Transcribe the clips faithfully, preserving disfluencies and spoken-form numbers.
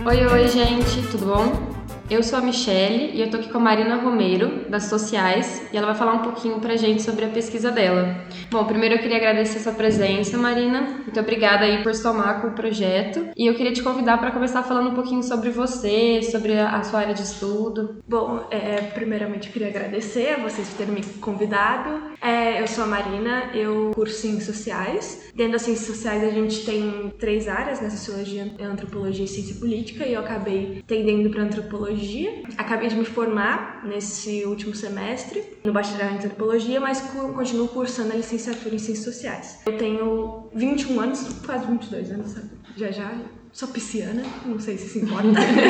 Oi, oi, gente, tudo bom? Eu sou a Michelle e eu tô aqui com a Marina Romero, das Sociais, e ela vai falar um pouquinho pra gente sobre a pesquisa dela. Bom, primeiro eu queria agradecer a sua presença, Marina. Muito obrigada aí por se tomar com o projeto. E eu queria te convidar para começar falando um pouquinho sobre você, sobre a sua área de estudo. Bom, é, primeiramente eu queria agradecer a vocês por terem me convidado. É, eu sou a Marina, eu curso Ciências Sociais. Dentro das Ciências Sociais a gente tem três áreas, né? Sociologia, Antropologia e Ciência Política, e eu acabei tendendo para Antropologia. Acabei de me formar nesse último semestre no bacharelado em Antropologia, mas continuo cursando a licenciatura em Ciências Sociais. Eu tenho vinte e um anos, quase vinte e dois anos, sabe? Já já, sou pisciana, não sei se se importa.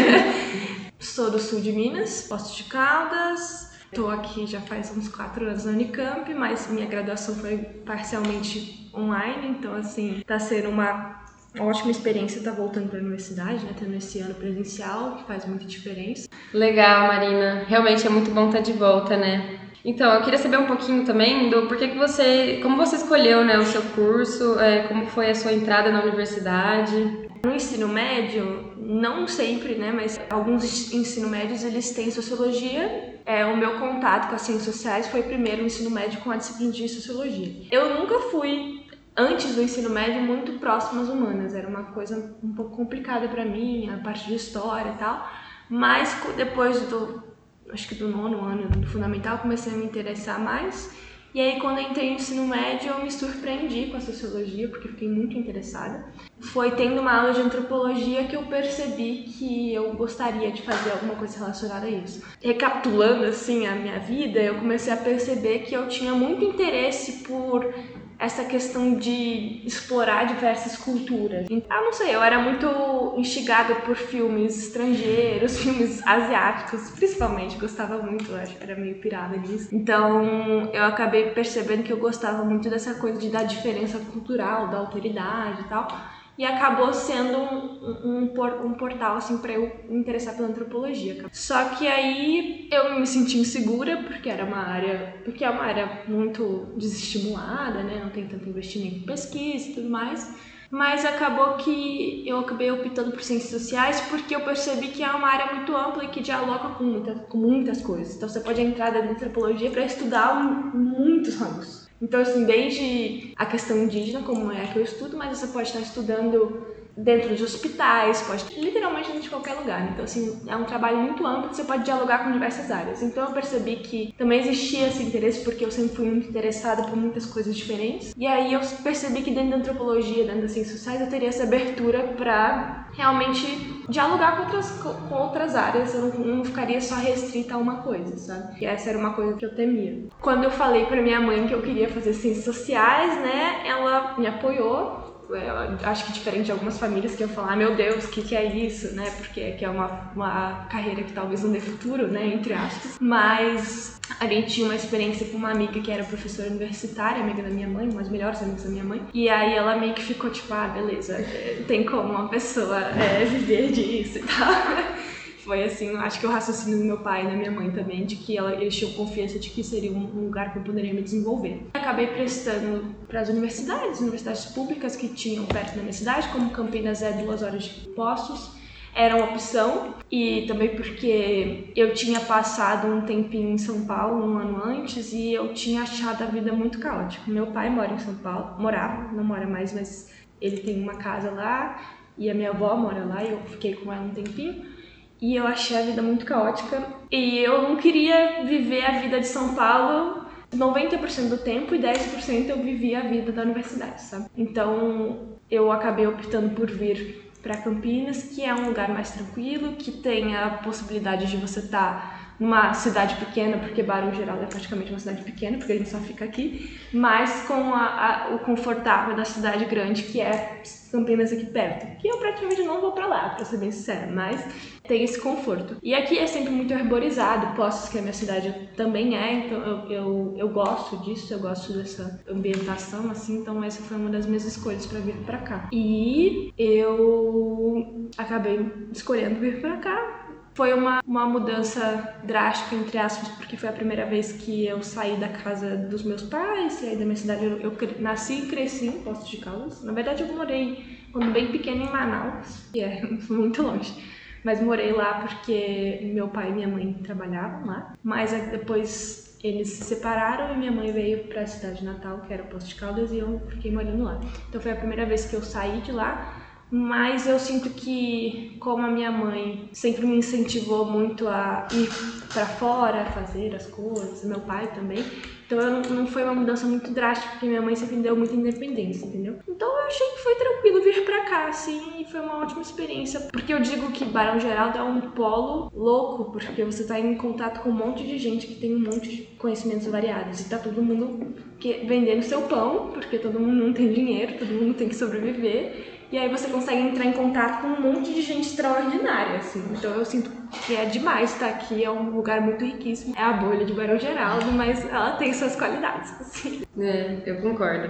Sou do sul de Minas, Poços de Caldas. Estou aqui já faz uns quatro anos na Unicamp, mas minha graduação foi parcialmente online, então assim, tá sendo uma ótima experiência estar voltando para a universidade, né, tendo esse ano presencial, que faz muita diferença. Legal, Marina. Realmente é muito bom estar de volta, né? Então, eu queria saber um pouquinho também do porquê que você, como você escolheu, né, o seu curso, é, como foi a sua entrada na universidade. No ensino médio, não sempre, né, mas alguns ensino médios eles têm sociologia. É, o meu contato com as ciências sociais foi primeiro no ensino médio com a disciplina de sociologia. Eu nunca fui, antes do ensino médio, muito próximo às humanas. Era uma coisa um pouco complicada para mim, a parte de história e tal. Mas depois do, acho que do nono ano do fundamental, comecei a me interessar mais. E aí, quando eu entrei no ensino médio, eu me surpreendi com a sociologia, porque fiquei muito interessada. Foi tendo uma aula de antropologia que eu percebi que eu gostaria de fazer alguma coisa relacionada a isso. Recapitulando, assim, a minha vida, eu comecei a perceber que eu tinha muito interesse por essa questão de explorar diversas culturas. Ah, não sei, eu era muito instigada por filmes estrangeiros, filmes asiáticos, principalmente, gostava muito, eu acho que era meio pirada nisso. Então, eu acabei percebendo que eu gostava muito dessa coisa de dar diferença cultural, da alteridade e tal. E acabou sendo um, um, um portal assim para eu me interessar pela antropologia. Só que aí eu me senti insegura porque era uma área, porque é uma área muito desestimulada, né? Não tem tanto investimento em pesquisa e tudo mais. Mas acabou que eu acabei optando por ciências sociais porque eu percebi que é uma área muito ampla e que dialoga com, muita, com muitas coisas. Então você pode entrar dentro da antropologia para estudar muitos ramos. Então, assim, desde a questão indígena, como é a que eu estudo, mas você pode estar estudando dentro de hospitais, pode literalmente dentro de qualquer lugar. Então, assim, é um trabalho muito amplo que você pode dialogar com diversas áreas. Então, eu percebi que também existia esse interesse porque eu sempre fui muito interessada por muitas coisas diferentes. E aí eu percebi que dentro da antropologia, dentro das ciências sociais, eu teria essa abertura para realmente dialogar com outras, com outras áreas. Eu não, não ficaria só restrita a uma coisa, sabe? E essa era uma coisa que eu temia. Quando eu falei para minha mãe que eu queria fazer ciências sociais, né, ela me apoiou. Eu acho que diferente de algumas famílias que iam falar, ah, meu Deus, o que, que é isso, né? Porque que é uma, uma carreira que talvez não dê futuro, né? Entre aspas. Mas a gente tinha uma experiência com uma amiga que era professora universitária, amiga da minha mãe, uma das melhores amigas da minha mãe. E aí ela meio que ficou tipo, ah, beleza, tem como uma pessoa é, viver disso e tal. Foi assim, acho que o raciocínio do meu pai e da minha mãe também, de que ela, eles tinham confiança de que seria um lugar que eu poderia me desenvolver. Acabei prestando para as universidades, universidades públicas que tinham perto da minha cidade, como Campinas é duas horas de Poços, era uma opção. E também porque eu tinha passado um tempinho em São Paulo, um ano antes, e eu tinha achado a vida muito caótica. Meu pai mora em São Paulo, morava, não mora mais, mas ele tem uma casa lá, e a minha avó mora lá, e eu fiquei com ela um tempinho. E eu achei a vida muito caótica. E eu não queria viver a vida de São Paulo noventa por cento do tempo e dez por cento eu vivia a vida da universidade, sabe? Então eu acabei optando por vir para Campinas, que é um lugar mais tranquilo, que tem a possibilidade de você estar numa cidade pequena, porque Barão Geraldo é praticamente uma cidade pequena, porque a gente só fica aqui, mas com a, a, o confortável da cidade grande, que é Campinas aqui perto, que eu praticamente não vou pra lá, pra ser bem sincera, mas tem esse conforto. E aqui é sempre muito arborizado, Poços, que a minha cidade também é, então eu, eu, eu gosto disso, eu gosto dessa ambientação, assim, então essa foi uma das minhas escolhas pra vir pra cá. E eu acabei escolhendo vir pra cá. Foi uma, uma mudança drástica, entre aspas, porque foi a primeira vez que eu saí da casa dos meus pais, e aí da minha cidade eu, eu nasci e cresci em Poços de Caldas. Na verdade eu morei quando bem pequena em Manaus, que é muito longe. Mas morei lá porque meu pai e minha mãe trabalhavam lá. Mas depois eles se separaram e minha mãe veio para a cidade de Natal, que era Poços de Caldas, e eu fiquei morando lá. Então foi a primeira vez que eu saí de lá. Mas eu sinto que, como a minha mãe sempre me incentivou muito a ir para fora, a fazer as coisas, meu pai também, então eu não, não foi uma mudança muito drástica, porque minha mãe sempre me deu muita independência, entendeu? Então eu achei que foi tranquilo vir pra cá, assim, e foi uma ótima experiência. Porque eu digo que Barão Geraldo é um polo louco, porque você tá em contato com um monte de gente que tem um monte de conhecimentos variados, e tá todo mundo que, vendendo seu pão, porque todo mundo não tem dinheiro, todo mundo tem que sobreviver. E aí você consegue entrar em contato com um monte de gente extraordinária, assim. Então eu sinto que é demais estar aqui, é um lugar muito riquíssimo. É a bolha de Barão Geraldo, mas ela tem suas qualidades, assim. É, eu concordo.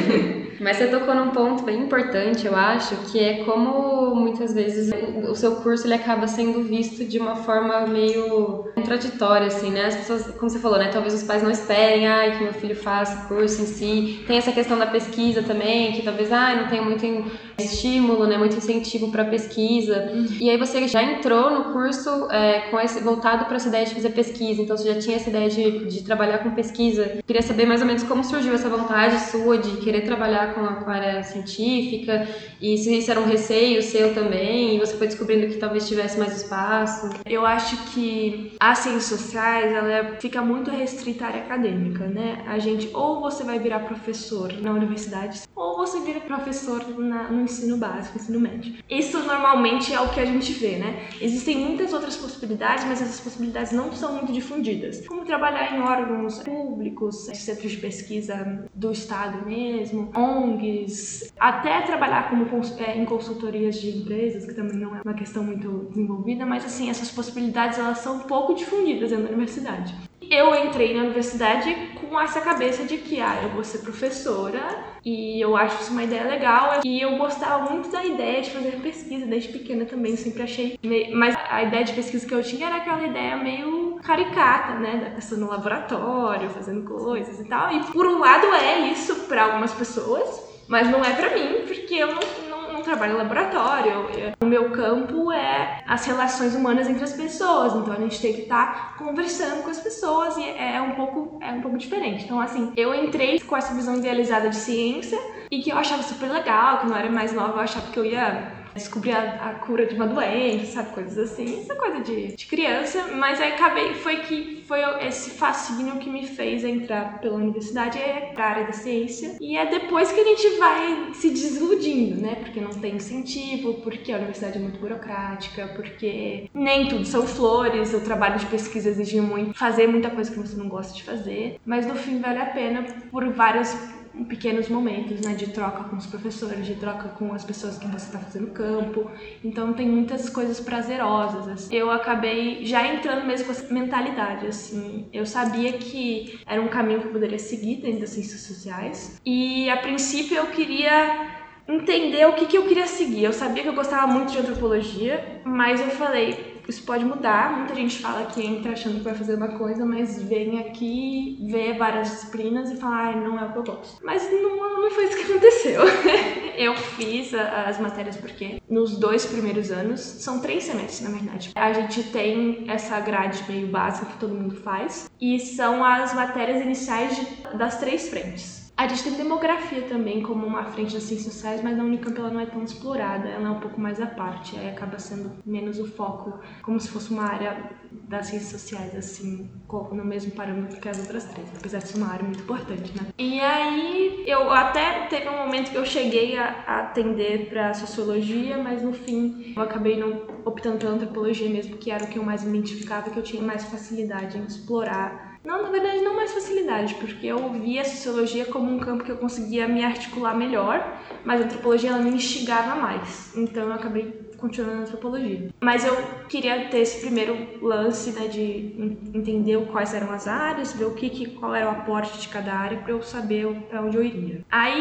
Mas você tocou num ponto bem importante, eu acho, que é como muitas vezes o seu curso ele acaba sendo visto de uma forma meio contraditória, assim, né? As pessoas, como você falou, né? Talvez os pais não esperem, ai, que meu filho faça curso em si. Tem essa questão da pesquisa também, que talvez, ai, não tenha muito estímulo, né? Muito incentivo para pesquisa. Uhum. E aí você já entrou no curso é, com esse, voltado para essa ideia de fazer pesquisa, então você já tinha essa ideia de, de trabalhar com pesquisa. Queria saber mais ou menos como surgiu essa vontade sua de querer trabalhar com a, com a área científica e se isso era um receio seu também e você foi descobrindo que talvez tivesse mais espaço. Eu acho que as ciências sociais, ela fica muito restrita à área acadêmica, né? A gente, ou você vai virar professor na universidade, ou você vira professor na, no ensino básico, ensino médio. Isso normalmente é o que a gente vê, né? Existem muitas outras possibilidades, mas essas possibilidades não são muito difundidas. Como trabalhar em órgãos públicos, centros de pesquisa do Estado mesmo, O N Gs, até trabalhar como, é, em consultorias de empresas, que também não é uma questão muito desenvolvida, mas assim, essas possibilidades elas são pouco difundidas na universidade. Eu entrei na universidade com essa cabeça de que ah, eu vou ser professora e eu acho isso uma ideia legal e eu gostava muito da ideia de fazer pesquisa desde pequena também, sempre achei meio... mas a ideia de pesquisa que eu tinha era aquela ideia meio caricata, né, da pessoa no laboratório fazendo coisas e tal, e por um lado é isso para algumas pessoas, mas não é pra mim, porque eu não, não, não trabalho em laboratório. Eu, o meu campo é as relações humanas entre as pessoas, então a gente tem que estar conversando com as pessoas e é um pouco, é um pouco diferente. Então, assim, eu entrei com essa visão idealizada de ciência e que eu achava super legal, que não era mais nova, eu achava que eu ia descobrir a, a cura de uma doença, sabe, coisas assim, essa coisa de, de criança, mas aí acabei, foi que foi esse fascínio que me fez entrar pela universidade é pra área da ciência, e é depois que a gente vai se desiludindo, né, porque não tem incentivo, porque a universidade é muito burocrática, porque nem tudo são flores, o trabalho de pesquisa exige muito, fazer muita coisa que você não gosta de fazer, mas no fim vale a pena por vários pequenos momentos, né, de troca com os professores, de troca com as pessoas que você está fazendo campo, então tem muitas coisas prazerosas, assim. Eu acabei já entrando mesmo com essa mentalidade, assim, eu sabia que era um caminho que eu poderia seguir dentro das ciências sociais, e a princípio eu queria entender o que, que eu queria seguir. Eu sabia que eu gostava muito de antropologia, mas eu falei, isso pode mudar. Muita gente fala que entra achando que vai fazer uma coisa, mas vem aqui, vê várias disciplinas e fala, ah, não é o que eu gosto. Mas não, não foi isso que aconteceu. Eu fiz as matérias porque nos dois primeiros anos, são três semestres na verdade, a gente tem essa grade meio básica que todo mundo faz, e são as matérias iniciais de, das três frentes. A gente tem demografia também como uma frente das ciências sociais, mas a Unicamp ela não é tão explorada, ela é um pouco mais à parte, aí acaba sendo menos o foco, como se fosse uma área das ciências sociais, assim, no mesmo parâmetro que as outras três, apesar de ser uma área muito importante, né? E aí, eu até teve um momento que eu cheguei a, a atender para sociologia, mas no fim eu acabei não optando pela antropologia mesmo, que era o que eu mais me identificava, que eu tinha mais facilidade em explorar. Não, na verdade, não mais facilidade, porque eu via a sociologia como um campo que eu conseguia me articular melhor, mas a antropologia ela me instigava mais, então eu acabei continuando na antropologia. Mas eu queria ter esse primeiro lance, né, de entender quais eram as áreas, ver o que, que, qual era o aporte de cada área para eu saber para onde eu iria. Aí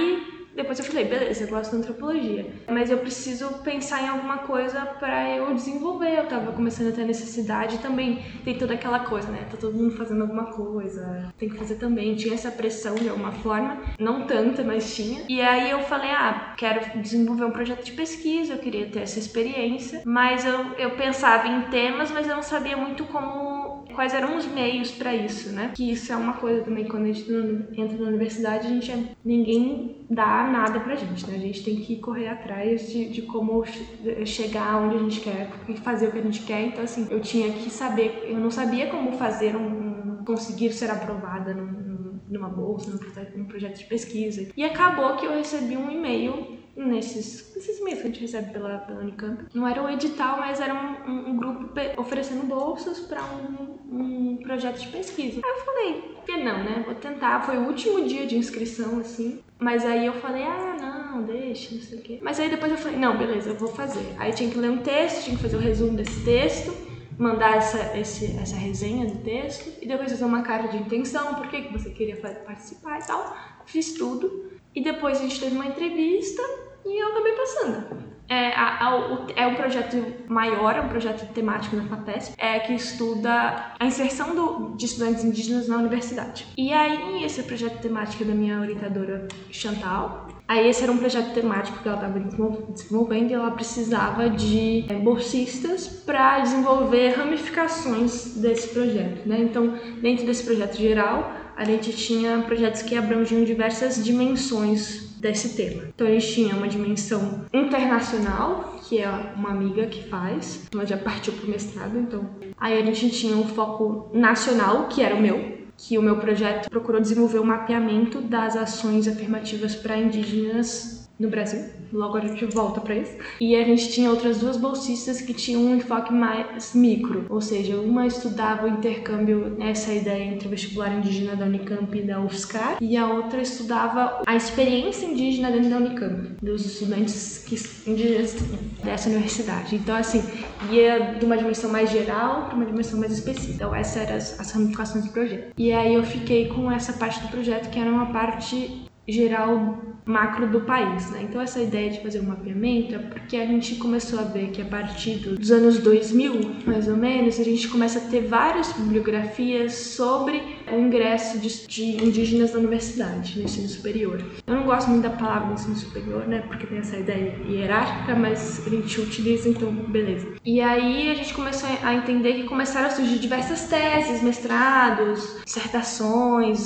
Depois eu falei, beleza, eu gosto de antropologia, mas eu preciso pensar em alguma coisa para eu desenvolver. Eu tava começando a ter necessidade também. Tem toda aquela coisa, né? Tá todo mundo fazendo alguma coisa, tem que fazer também. Tinha essa pressão de alguma forma, não tanta, mas tinha. E aí eu falei, ah, quero desenvolver um projeto de pesquisa, eu queria ter essa experiência, mas eu, eu pensava em temas, mas eu não sabia muito como, quais eram os meios para isso, né? Que isso é uma coisa também, quando a gente entra na universidade, a gente é, ninguém dá nada pra gente, né? A gente tem que correr atrás de, de como chegar onde a gente quer e fazer o que a gente quer. Então, assim, eu tinha que saber, eu não sabia como fazer um, um conseguir ser aprovada num, numa bolsa, num projeto, num projeto de pesquisa. E acabou que eu recebi um e-mail nesses, nesses e-mails que a gente recebe pela, pela Unicamp. Não era um edital, mas era um, um, um grupo oferecendo bolsas para um, um projeto de pesquisa. Aí eu falei, por que não, né? Vou tentar. Foi o último dia de inscrição, assim. Mas aí eu falei, ah, não, deixa, não sei o quê. Mas aí depois eu falei, não, beleza, eu vou fazer. Aí tinha que ler um texto, tinha que fazer o resumo desse texto, mandar essa, esse, essa resenha do texto, e depois fazer uma carta de intenção, por que, que você queria participar e tal. Fiz tudo. E depois a gente teve uma entrevista e eu acabei passando. É, a, a, o, é um projeto maior, é um projeto temático da FAPESP, é, que estuda a inserção do, de estudantes indígenas na universidade. E aí, esse projeto temático é da minha orientadora Chantal. Aí esse era um projeto temático que ela estava desenvolvendo e ela precisava de é, bolsistas para desenvolver ramificações desse projeto, né? Então, dentro desse projeto geral, a gente tinha projetos que abrangiam diversas dimensões desse tema. Então a gente tinha uma dimensão internacional, que é uma amiga que faz, ela já partiu para o mestrado, então. Aí a gente tinha um foco nacional, que era o meu, que o meu projeto procurou desenvolver o mapeamento das ações afirmativas para indígenas no Brasil. Logo a gente volta para isso. E a gente tinha outras duas bolsistas que tinham um enfoque mais micro, ou seja, uma estudava o intercâmbio, essa ideia entre o vestibular indígena da Unicamp e da UFSCar, e a outra estudava a experiência indígena dentro da Unicamp, dos estudantes que, indígenas dessa universidade. Então, assim, ia de uma dimensão mais geral para uma dimensão mais específica. Então, essas eram as, as ramificações do projeto. E aí eu fiquei com essa parte do projeto, que era uma parte geral macro do país, né? Então essa ideia de fazer um mapeamento é porque a gente começou a ver que a partir dos anos dois mil, mais ou menos, a gente começa a ter várias bibliografias sobre o ingresso de, de indígenas na universidade, no ensino superior. Eu não gosto muito da palavra ensino superior, né? Porque tem essa ideia hierárquica, mas a gente utiliza, então beleza. E aí a gente começou a entender que começaram a surgir diversas teses, mestrados, dissertações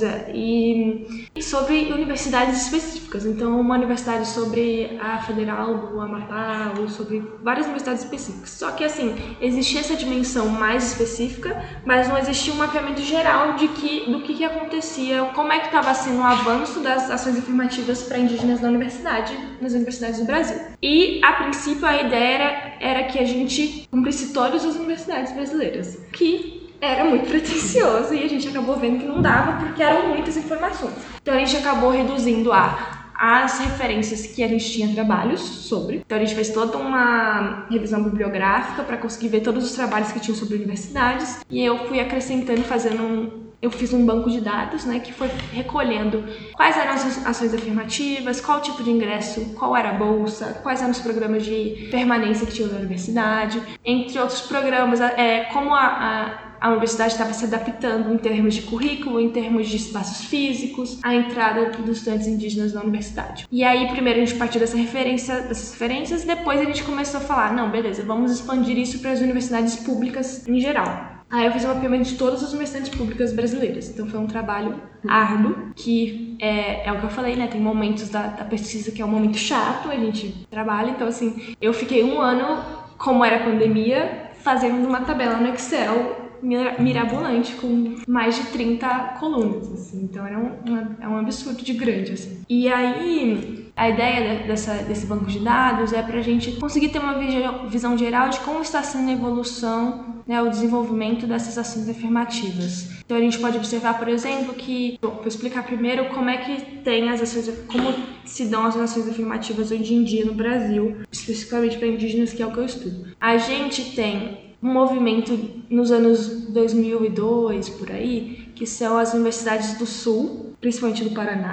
e, e sobre universidades específicas. Então, uma universidade sobre a Federal do Amapá, ou sobre várias universidades específicas. Só que, assim, existia essa dimensão mais específica, mas não existia um mapeamento geral de que, do que, que acontecia, como é que estava sendo o avanço das ações afirmativas para indígenas na universidade, nas universidades do Brasil. E, a princípio, a ideia era, era que a gente cumprisse todas as universidades brasileiras, que era muito pretensioso e a gente acabou vendo que não dava porque eram muitas informações. Então, a gente acabou reduzindo a as referências que a gente tinha trabalhos sobre. Então a gente fez toda uma revisão bibliográfica para conseguir ver todos os trabalhos que tinham sobre universidades e eu fui acrescentando, fazendo um eu fiz um banco de dados, né, que foi recolhendo quais eram as ações afirmativas, qual tipo de ingresso, qual era a bolsa, quais eram os programas de permanência que tinham na universidade, entre outros programas, é, como a, a A universidade estava se adaptando em termos de currículo, em termos de espaços físicos, à entrada dos estudantes indígenas na universidade. E aí, primeiro a gente partiu dessa referência, dessas referências, depois a gente começou a falar, não, beleza, vamos expandir isso para as universidades públicas em geral. Aí eu fiz um mapeamento de todas as universidades públicas brasileiras. Então foi um trabalho árduo, que é, é o que eu falei, né? Tem momentos da, da pesquisa que é um momento chato, a gente trabalha. Então, assim, eu fiquei um ano, como era a pandemia, fazendo uma tabela no Excel mirabolante, com mais de trinta colunas, assim. Então era um, uma, é um absurdo de grande, assim. E aí, a ideia dessa, desse banco de dados é pra gente conseguir ter uma visão geral de como está sendo a evolução, né, o desenvolvimento dessas ações afirmativas. Então a gente pode observar, por exemplo, que, bom, vou explicar primeiro como é que tem as ações, como se dão as ações afirmativas hoje em dia no Brasil, especificamente para indígenas, que é o que eu estudo. A gente tem um movimento nos anos dois mil e dois, por aí, que são as universidades do Sul, principalmente do Paraná,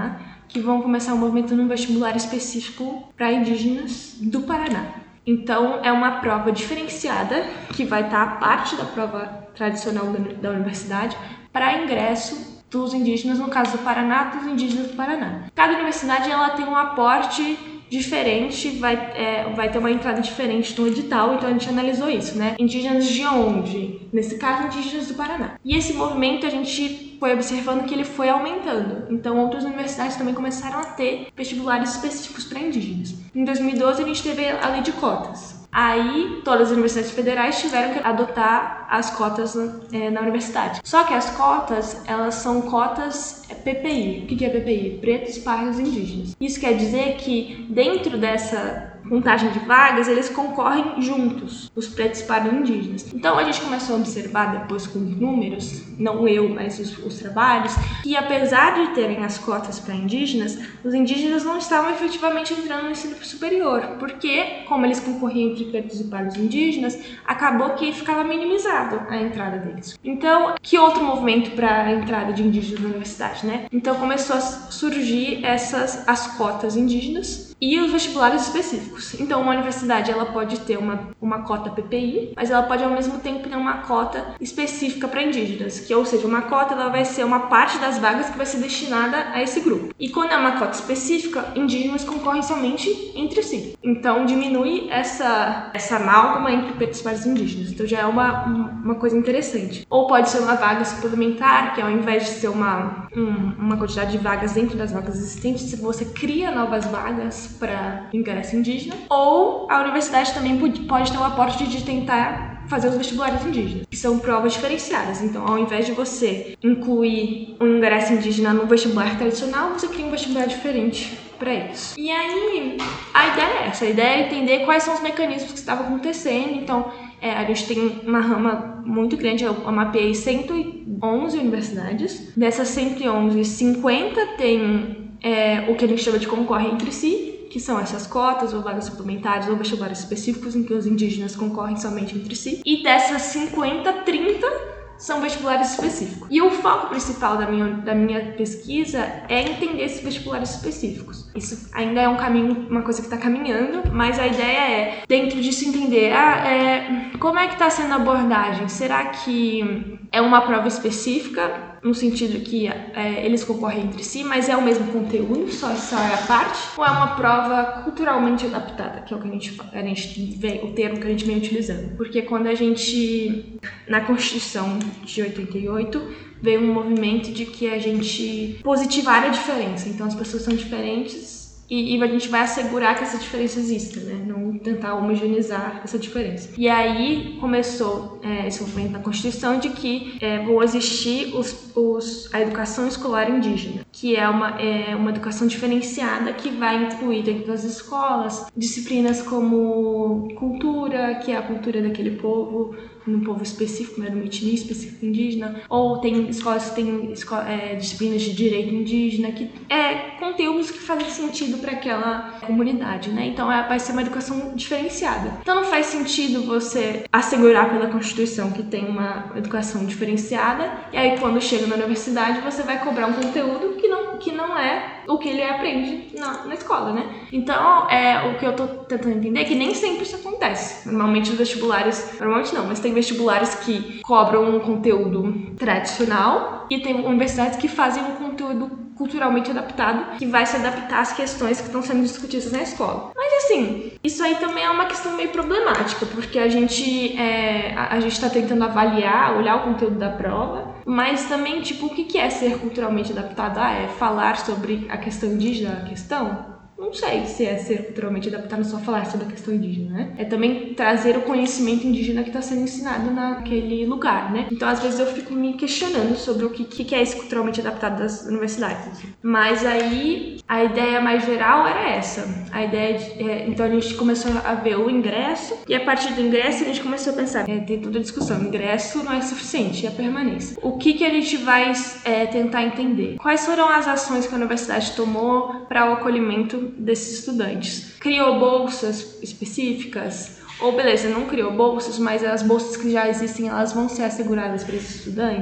que vão começar um movimento no vestibular específico para indígenas do Paraná. Então, é uma prova diferenciada, que vai estar a parte da prova tradicional da universidade, para ingresso dos indígenas, no caso do Paraná, dos indígenas do Paraná. Cada universidade ela tem um aporte diferente, vai, é, vai ter uma entrada diferente no edital, então a gente analisou isso, né? Indígenas de onde? Nesse caso, indígenas do Paraná. E esse movimento a gente foi observando que ele foi aumentando, então outras universidades também começaram a ter vestibulares específicos para indígenas. Em dois mil e doze a gente teve a lei de cotas. Aí, todas as universidades federais tiveram que adotar as cotas é, na universidade. Só que as cotas, elas são cotas P P I. O que é P P I? Pretos, pardos e indígenas. Isso quer dizer que, dentro dessa contagem de vagas, eles concorrem juntos, os pretos, pardos e indígenas. Então, a gente começou a observar, depois com números, não eu, mas os, os trabalhos, que apesar de terem as cotas para indígenas, os indígenas não estavam efetivamente entrando no ensino superior, porque, como eles concorriam entre pretos e pardos indígenas, acabou que ficava minimizado a entrada deles. Então, que outro movimento para a entrada de indígenas na universidade, né? Então, começou a surgir essas as cotas indígenas e os vestibulares específicos. Então, uma universidade ela pode ter uma, uma cota P P I, mas ela pode ao mesmo tempo ter uma cota específica para indígenas, que ou seja, uma cota ela vai ser uma parte das vagas que vai ser destinada a esse grupo. E quando é uma cota específica, indígenas concorrem somente entre si. Então, diminui essa, essa amálgama entre pretos, pardos e indígenas. Então, já é uma, uma coisa interessante. Ou pode ser uma vaga suplementar, que ao invés de ser uma, um, uma quantidade de vagas dentro das vagas existentes, você cria novas vagas para ingresso indígena. Ou a universidade também pode ter o aporte de tentar fazer os vestibulares indígenas, que são provas diferenciadas. Então, ao invés de você incluir um ingresso indígena no vestibular tradicional, você cria um vestibular diferente para eles. E aí, a ideia é essa. A ideia é entender quais são os mecanismos que estavam acontecendo. Então, é, a gente tem uma rama muito grande. Eu mapeei cento e onze universidades. Dessas cento e onze, cinquenta tem é, o que a gente chama de concorre entre si, que são essas cotas ou vagas suplementares ou vestibulares específicos em que os indígenas concorrem somente entre si. E dessas cinquenta, trinta são vestibulares específicos. E o foco principal da minha, da minha pesquisa é entender esses vestibulares específicos. Isso ainda é um caminho, uma coisa que está caminhando, mas a ideia é, dentro disso, entender ah, é, como é que está sendo a abordagem. Será que é uma prova específica, no sentido que é, eles concorrem entre si, mas é o mesmo conteúdo, só, só é a parte? Ou é uma prova culturalmente adaptada, que é o que a gente, a gente vem, o termo que a gente vem utilizando? Porque quando a gente, na Constituição de oitenta e oito, veio um movimento de que a gente positivar a diferença. Então as pessoas são diferentes e, e a gente vai assegurar que essa diferença exista, né? Não tentar homogeneizar essa diferença. E aí começou é, esse movimento na Constituição de que é, vão existir os, os, a educação escolar indígena, que é uma, é uma educação diferenciada que vai incluir dentro das escolas disciplinas como cultura, que é a cultura daquele povo, num povo específico, né, numa etnia específica indígena, ou tem escolas que têm escola, é, disciplinas de direito indígena, que é conteúdos que fazem sentido para aquela comunidade, né? Então é, vai ser uma educação diferenciada. Então não faz sentido você assegurar pela Constituição que tem uma educação diferenciada, e aí quando chega na universidade você vai cobrar um conteúdo que não, que não é o que ele aprende na, na escola, né? Então, é, o que eu tô tentando entender é que nem sempre isso acontece. Normalmente os vestibulares, normalmente não, mas tem vestibulares que cobram um conteúdo tradicional e tem universidades que fazem um conteúdo culturalmente adaptado, que vai se adaptar às questões que estão sendo discutidas na escola. Mas assim, isso aí também é uma questão meio problemática, porque a gente é, a, a gente está tentando avaliar, olhar o conteúdo da prova, mas também, tipo, o que é ser culturalmente adaptado? Ah, é falar sobre a questão indígena, a questão? Não sei se é ser culturalmente adaptado só falar sobre a questão indígena, né? É também trazer o conhecimento indígena que está sendo ensinado naquele lugar, né? Então, às vezes, eu fico me questionando sobre o que, que é esse culturalmente adaptado das universidades. Mas aí, a ideia mais geral era essa. A ideia de, é, então, a gente começou a ver o ingresso, e a partir do ingresso, a gente começou a pensar, é, tem toda a discussão, o ingresso não é suficiente, é a permanência. O que, que a gente vai é, tentar entender? Quais foram as ações que a universidade tomou para o acolhimento desses estudantes? Criou bolsas específicas? Ou beleza, não criou bolsas, mas as bolsas que já existem, elas vão ser asseguradas para esses estudantes?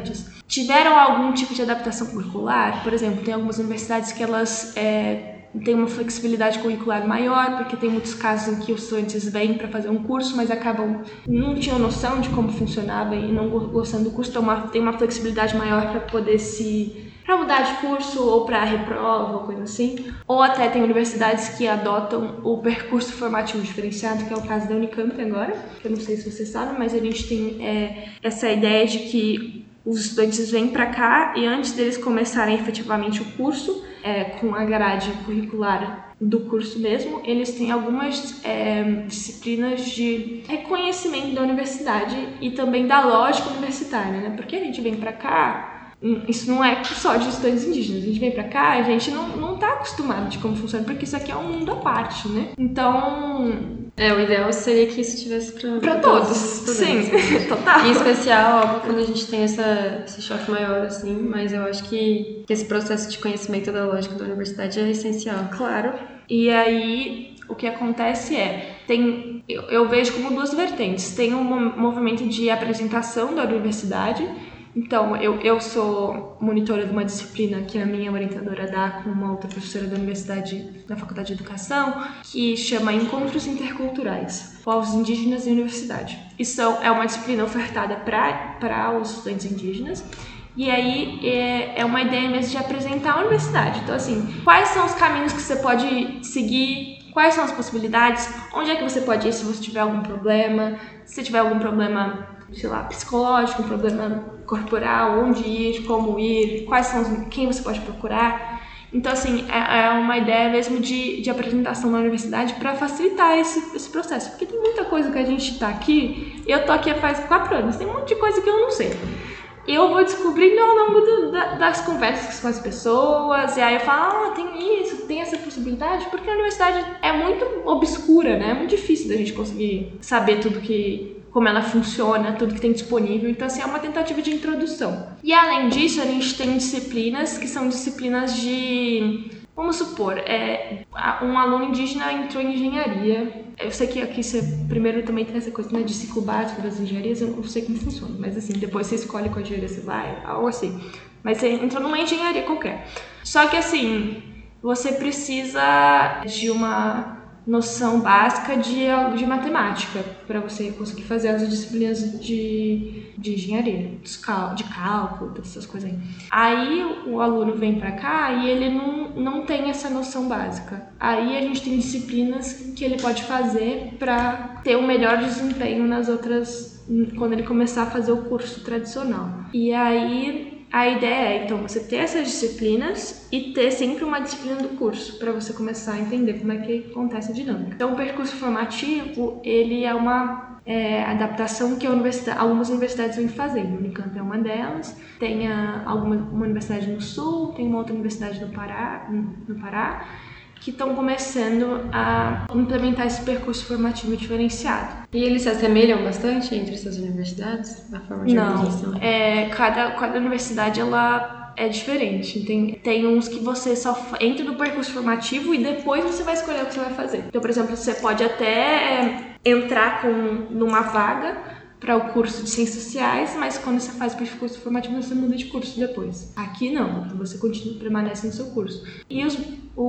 tiveram algum tipo de adaptação curricular. Por exemplo, tem algumas universidades que elas é, têm uma flexibilidade curricular maior, porque tem muitos casos em que os estudantes vêm para fazer um curso, mas acabam não tinham noção de como funcionava e não gostando do curso, então uma, tem uma flexibilidade maior para poder se para mudar de curso ou para reprova ou coisa assim. Ou até tem universidades que adotam o percurso formativo diferenciado, que é o caso da Unicamp agora, que eu não sei se vocês sabem, mas a gente tem é, essa ideia de que os estudantes vêm para cá e antes deles começarem efetivamente o curso, é, com a grade curricular do curso mesmo, eles têm algumas é, disciplinas de reconhecimento da universidade e também da lógica universitária, né? Porque a gente vem para cá, isso não é só de estudantes indígenas, a gente vem pra cá, a gente não, não tá acostumado de como funciona, porque isso aqui é um mundo à parte, né? Então... É, o ideal seria que isso tivesse pra, pra todos. todos, sim, total. Em especial, óbvio, quando a gente tem essa, esse choque maior, assim, mas eu acho que esse processo de conhecimento da lógica da universidade é essencial. Claro. E aí, o que acontece é, tem, eu, eu vejo como duas vertentes. Tem um movimento de apresentação da universidade. Então, eu, eu sou monitora de uma disciplina que a minha orientadora dá com uma outra professora da universidade, da Faculdade de Educação, que chama Encontros Interculturais, Povos Indígenas e Universidade. Isso é uma disciplina ofertada para os estudantes indígenas. E aí é, é uma ideia mesmo de apresentar a universidade. Então, assim, quais são os caminhos que você pode seguir? Quais são as possibilidades? Onde é que você pode ir se você tiver algum problema? Se tiver algum problema, sei lá, psicológico, um problema corporal, onde ir, como ir, quais são os, quem você pode procurar. Então, assim, é, é uma ideia mesmo de, de apresentação na universidade para facilitar esse, esse processo. Porque tem muita coisa que a gente está aqui, eu tô aqui faz quatro anos, tem um monte de coisa que eu não sei. Eu vou descobrindo ao longo do, da, das conversas com as pessoas, e aí eu falo, ah, tem isso, tem essa possibilidade, porque a universidade é muito obscura, né? É muito difícil da gente conseguir saber tudo que... como ela funciona, tudo que tem disponível. Então, assim, é uma tentativa de introdução. E, além disso, a gente tem disciplinas que são disciplinas de... Vamos supor, é, um aluno indígena entrou em engenharia. Eu sei que aqui você primeiro também tem essa coisa, né, de ciclo básico das engenharias, eu não sei como funciona, mas assim, depois você escolhe qual engenharia você vai, algo assim. Mas você entrou numa engenharia qualquer. Só que, assim, você precisa de uma noção básica de, de matemática para você conseguir fazer as disciplinas de, de engenharia, de cálculo, essas coisas aí. Aí o aluno vem para cá e ele não, não tem essa noção básica. Aí a gente tem disciplinas que ele pode fazer para ter um melhor desempenho nas outras, quando ele começar a fazer o curso tradicional. E aí... a ideia é, então, você ter essas disciplinas e ter sempre uma disciplina do curso para você começar a entender como é que acontece a dinâmica. Então, o percurso formativo, ele é uma é, adaptação que a universidade, algumas universidades vêm fazendo. A Unicamp é uma delas, tem a, alguma, uma universidade no Sul, tem uma outra universidade no Pará, no Pará, que estão começando a implementar esse percurso formativo diferenciado. E eles se assemelham bastante entre essas universidades? A forma de organização? Não, é, cada, cada universidade ela é diferente. Tem, tem uns que você só entra no percurso formativo e depois você vai escolher o que você vai fazer. Então, por exemplo, você pode até entrar com, numa vaga para o curso de Ciências Sociais, mas quando você faz o percurso formativo, você muda de curso depois. Aqui não, você continua, permanece no seu curso. E os,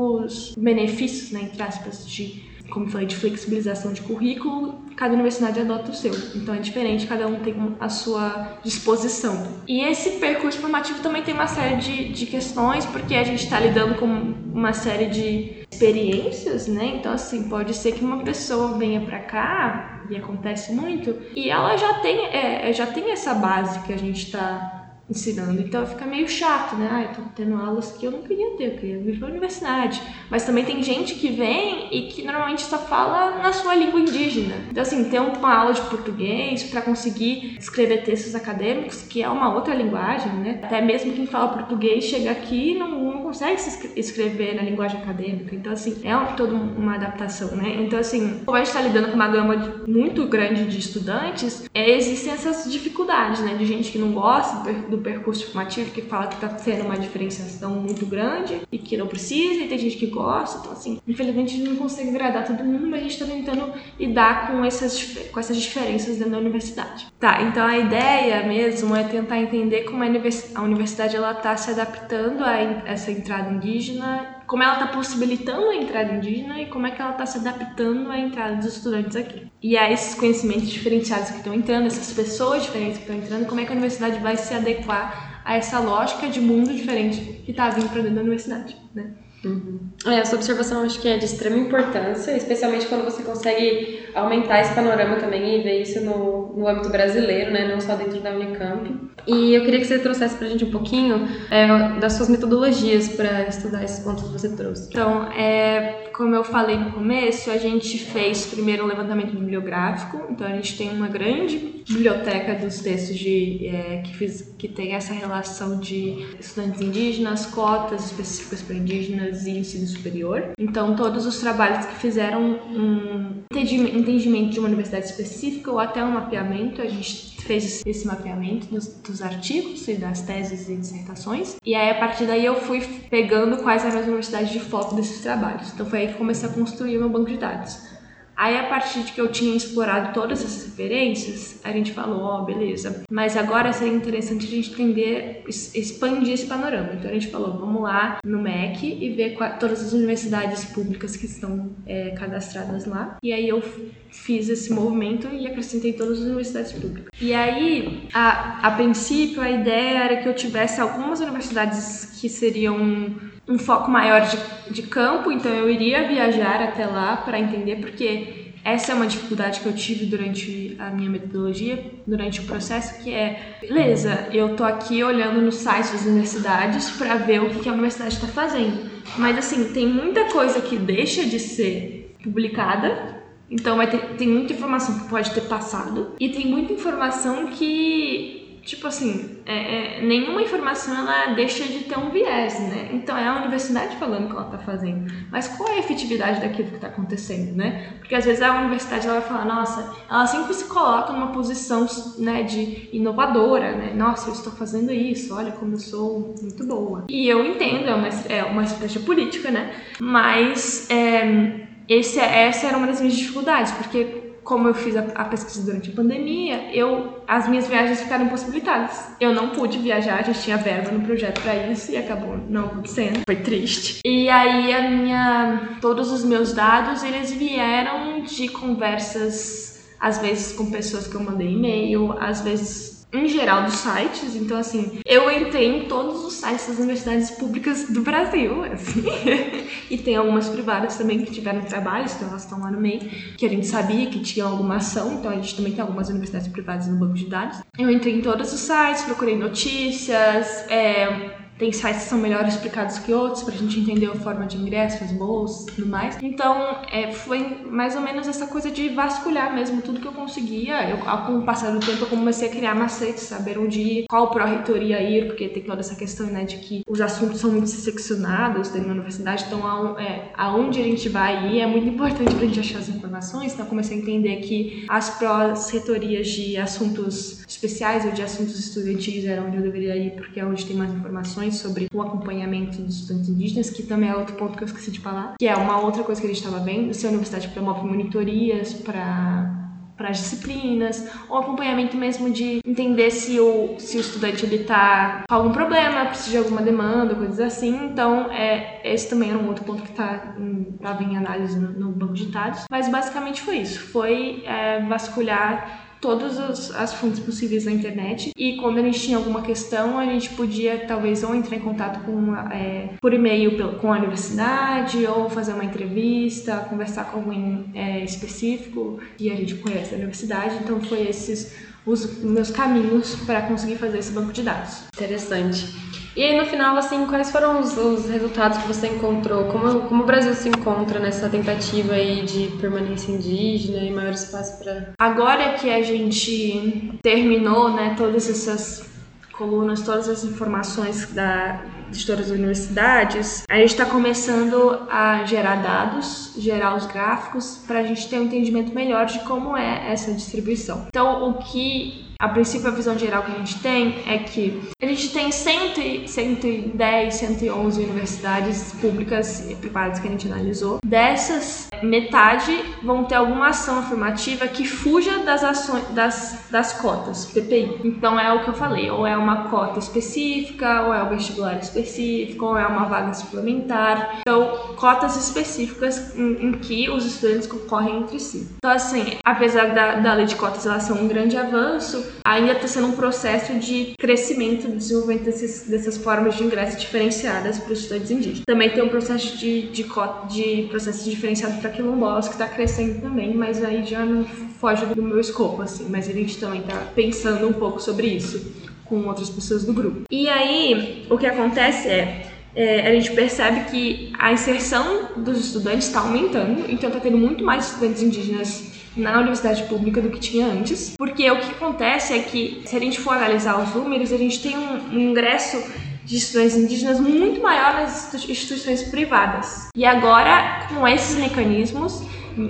os benefícios, né, entre aspas, de, como eu falei, de flexibilização de currículo, cada universidade adota o seu. Então é diferente, cada um tem a sua disposição. E esse percurso formativo também tem uma série de, de questões, porque a gente está lidando com uma série de experiências, né? Então, assim, pode ser que uma pessoa venha para cá, e acontece muito, e ela já tem, é, já tem essa base que a gente está ensinando, então fica meio chato, né? Ah, eu tô tendo aulas que eu não queria ter, eu queria vir para a universidade. Mas também tem gente que vem e que normalmente só fala na sua língua indígena. Então, assim, ter uma aula de português para conseguir escrever textos acadêmicos, que é uma outra linguagem, né? Até mesmo quem fala português chega aqui e não, não consegue se escrever na linguagem acadêmica. Então, assim, é toda uma adaptação, né? Então, assim, como a gente está lidando com uma gama muito grande de estudantes, é, existem essas dificuldades, né? De gente que não gosta do percurso formativo, que fala que está tendo uma diferenciação muito grande e que não precisa, e tem gente que gosta. Então, assim, infelizmente a gente não consegue agradar todo mundo, mas a gente está tentando lidar com essas, com essas diferenças dentro da universidade. Tá, então a ideia mesmo é tentar entender como a universidade ela está se adaptando a essa entrada indígena, como ela está possibilitando a entrada indígena e como é que ela está se adaptando à entrada dos estudantes aqui. E a esses conhecimentos diferenciados que estão entrando, essas pessoas diferentes que estão entrando, como é que a universidade vai se adequar a essa lógica de mundo diferente que está vindo para dentro da universidade, né? Uhum. É, essa observação acho que é de extrema importância, especialmente quando você consegue aumentar esse panorama também e ver isso no, no âmbito brasileiro, né, não só dentro da Unicamp. E eu queria que você trouxesse pra gente um pouquinho é, das suas metodologias para estudar esses pontos que você trouxe. Então, é, como eu falei no começo, a gente fez primeiro um levantamento bibliográfico, então a gente tem uma grande biblioteca dos textos de, é, que, fiz, que tem essa relação de estudantes indígenas, cotas específicas para indígenas e ensino superior. Então, todos os trabalhos que fizeram um entendimento de uma universidade específica ou até um mapeamento, a gente fez esse mapeamento dos, dos artigos e das teses e dissertações. E aí, a partir daí, eu fui pegando quais eram as universidades de foco desses trabalhos. Então, foi aí que comecei a construir o meu banco de dados. Aí, a partir de que eu tinha explorado todas essas referências, a gente falou, ó, oh, beleza, mas agora seria interessante a gente entender, expandir esse panorama. Então, a gente falou, vamos lá no M E C e ver qual, todas as universidades públicas que estão é, cadastradas lá. E aí, eu fiz esse movimento e acrescentei todas as universidades públicas. E aí, a, a princípio, a ideia era que eu tivesse algumas universidades que seriam um foco maior de, de campo, então eu iria viajar até lá para entender, porque essa é uma dificuldade que eu tive durante a minha metodologia, durante o processo, que é, beleza, eu tô aqui olhando no site das universidades para ver o que a universidade está fazendo, mas assim, tem muita coisa que deixa de ser publicada. Então vai ter, tem muita informação que pode ter passado e tem muita informação que, tipo assim, é, é, nenhuma informação ela deixa de ter um viés, né? Então é a universidade falando o que ela está fazendo. Mas qual é a efetividade daquilo que está acontecendo, né? Porque às vezes a universidade ela vai falar, nossa, ela sempre se coloca numa posição, né, de inovadora, né? Nossa, eu estou fazendo isso, olha como eu sou muito boa. E eu entendo, é uma, é uma estratégia política, né? Mas... É, Esse, essa era uma das minhas dificuldades, porque como eu fiz a, a pesquisa durante a pandemia, eu, as minhas viagens ficaram impossibilitadas. Eu não pude viajar, a gente tinha verba no projeto para isso e acabou não acontecendo. Foi triste. E aí a minha, todos os meus dados, eles vieram de conversas, às vezes com pessoas que eu mandei e-mail, às vezes... em geral dos sites, então assim, eu entrei em todos os sites das universidades públicas do Brasil, assim, e tem algumas privadas também que tiveram trabalhos, então elas estão lá no meio, que a gente sabia que tinha alguma ação, então a gente também tem algumas universidades privadas no banco de dados. Eu entrei em todos os sites, procurei notícias, é... tem sites que são melhor explicados que outros pra gente entender a forma de ingresso, as bolsas e tudo mais. Então, é, foi mais ou menos essa coisa de vasculhar mesmo tudo que eu conseguia. Eu, com o passar do tempo, eu comecei a criar macetes, saber onde ir, qual pró-reitoria ir, porque tem toda essa questão, né, de que os assuntos são muito seccionados dentro da universidade, então a, é, aonde a gente vai ir é muito importante pra gente achar as informações. Então, eu comecei a entender que as pró-reitorias de assuntos especiais ou de assuntos estudantis era onde eu deveria ir, porque é onde tem mais informações sobre o acompanhamento dos estudantes indígenas, que também é outro ponto que eu esqueci de falar, que é uma outra coisa que a gente estava vendo, se a universidade promove monitorias para para as disciplinas, ou acompanhamento mesmo de entender se o, se o estudante está com algum problema, precisa de alguma demanda, coisas assim. Então, é, esse também era um outro ponto que estava tá, em análise no, no banco de dados. Mas basicamente foi isso, foi é, vasculhar todas as, as fontes possíveis na internet, e quando a gente tinha alguma questão, a gente podia talvez ou entrar em contato com, é, por e-mail com a universidade, ou fazer uma entrevista, conversar com alguém é, específico que a gente conhece da universidade. Então foi esses os meus caminhos para conseguir fazer esse banco de dados. Interessante. E aí, no final, assim, quais foram os, os resultados que você encontrou? Como, como o Brasil se encontra nessa tentativa aí de permanência indígena e maior espaço para... Agora que a gente terminou, né, todas essas colunas, todas as informações da, de todas as universidades, a gente está começando a gerar dados, gerar os gráficos, para a gente ter um entendimento melhor de como é essa distribuição. Então, o que, a princípio, a visão geral que a gente tem é que a gente tem cento e dez, cento e onze universidades públicas e privadas que a gente analisou. Dessas, metade vão ter alguma ação afirmativa que fuja das ações, das, das cotas, P P I. Então, é o que eu falei, ou é uma cota específica, ou é o vestibular específico, ou é uma vaga suplementar. Então, cotas específicas em, em que os estudantes concorrem entre si. Então, assim, apesar da, da lei de cotas ela ser um grande avanço, ainda está sendo um processo de crescimento, de desenvolvimento desses, dessas formas de ingresso diferenciadas para os estudantes indígenas. Também tem um processo de, de, de processo diferenciado para quilombolas que está crescendo também, mas aí já não foge do meu escopo, assim. Mas a gente também está pensando um pouco sobre isso com outras pessoas do grupo. E aí, o que acontece é, é a gente percebe que a inserção dos estudantes está aumentando, então está tendo muito mais estudantes indígenas na universidade pública do que tinha antes, porque o que acontece é que, se a gente for analisar os números, a gente tem um, um ingresso de estudantes indígenas muito maior nas instituições privadas. E agora, com esses mecanismos,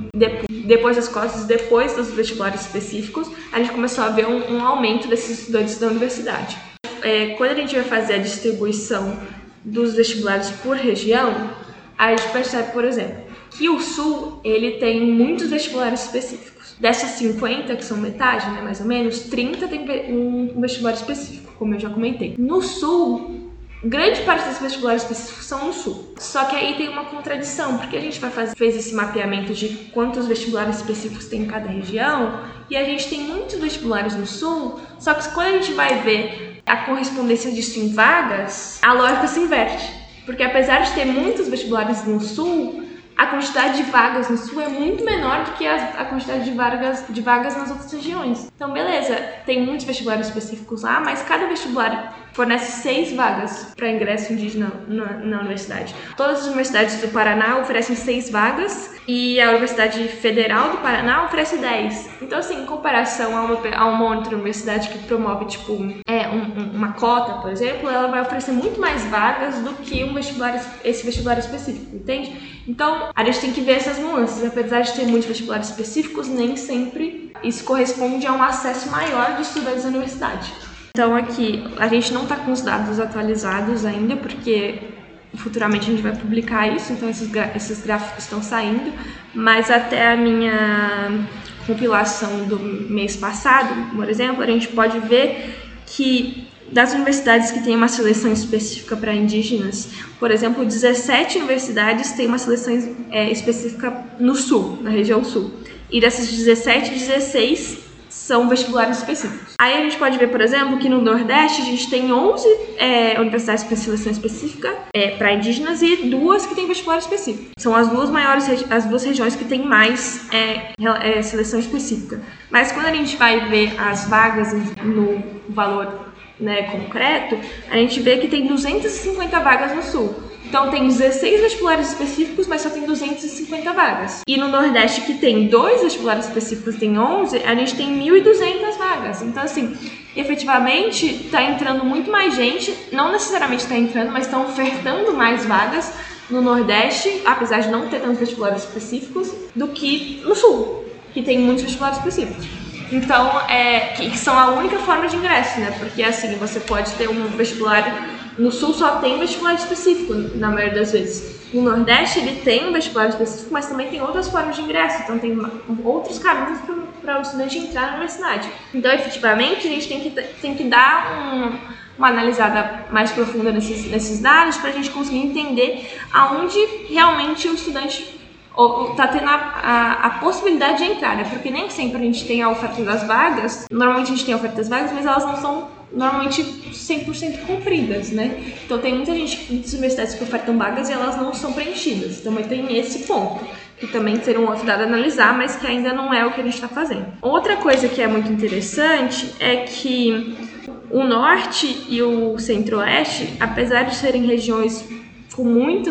depois das cotas, depois dos vestibulares específicos, a gente começou a ver um, um aumento desses estudantes da universidade. É, quando a gente vai fazer a distribuição dos vestibulares por região, a gente percebe, por exemplo, que o Sul ele tem muitos vestibulares específicos. Dessas cinquenta, que são metade, né, mais ou menos, trinta tem um vestibular específico, como eu já comentei. No Sul, grande parte desses vestibulares específicos são no Sul. Só que aí tem uma contradição, porque a gente vai fazer, fez esse mapeamento de quantos vestibulares específicos tem em cada região, e a gente tem muitos vestibulares no Sul, só que quando a gente vai ver a correspondência disso em vagas, a lógica se inverte. Porque apesar de ter muitos vestibulares no Sul, a quantidade de vagas no Sul é muito menor do que a, a quantidade de vagas, de vagas nas outras regiões. Então, beleza, tem muitos vestibulares específicos lá, mas cada vestibular fornece seis vagas para ingresso indígena na, na universidade. Todas as universidades do Paraná oferecem seis vagas e a Universidade Federal do Paraná oferece dez. Então, assim, em comparação a uma, a uma outra universidade que promove, tipo, é, um, um, uma cota, por exemplo, ela vai oferecer muito mais vagas do que um vestibular, esse vestibular específico, entende? Então, a gente tem que ver essas nuances. Apesar de ter muitos vestibulares específicos, nem sempre isso corresponde a um acesso maior de estudantes à universidade. Então, aqui, a gente não está com os dados atualizados ainda, porque futuramente a gente vai publicar isso, então esses, esses gráficos estão saindo, mas até a minha compilação do mês passado, por exemplo, a gente pode ver que das universidades que têm uma seleção específica para indígenas, por exemplo, dezessete universidades têm uma seleção é, específica no Sul, na região Sul. E dessas dezessete, dezesseis são vestibulares específicos. Aí a gente pode ver, por exemplo, que no Nordeste a gente tem onze é, universidades com seleção específica é, para indígenas e duas que têm vestibular específico. São as duas maiores, as duas regiões que têm mais é, é, seleção específica. Mas quando a gente vai ver as vagas no valor, né, concreto, a gente vê que tem duzentas e cinquenta vagas no Sul. Então tem dezesseis vestibulares específicos, mas só tem duzentas e cinquenta vagas. E no Nordeste, que tem dois vestibulares específicos, tem onze, a gente tem mil e duzentas vagas. Então, assim, efetivamente, está entrando muito mais gente, não necessariamente está entrando, mas estão ofertando mais vagas no Nordeste, apesar de não ter tantos vestibulares específicos, do que no Sul, que tem muitos vestibulares específicos. Então, é, que são a única forma de ingresso, né? Porque, assim, você pode ter um vestibular... No Sul só tem vestibular específico, na maioria das vezes. No Nordeste, ele tem um vestibular específico, mas também tem outras formas de ingresso. Então, tem outros caminhos para o estudante entrar na universidade. Então, efetivamente, a gente tem que, tem que dar um, uma analisada mais profunda nesses, nesses dados para a gente conseguir entender aonde realmente o estudante está tendo a, a, a possibilidade de entrar, né? Porque nem sempre a gente tem a oferta das vagas. Normalmente a gente tem a oferta das vagas, mas elas não são normalmente cem por cento cumpridas, né? Então tem muita gente, muitas universidades que ofertam vagas e elas não são preenchidas. Também tem esse ponto, que também seria um outro dado a analisar, mas que ainda não é o que a gente está fazendo. Outra coisa que é muito interessante é que o Norte e o Centro-Oeste, apesar de serem regiões com muitos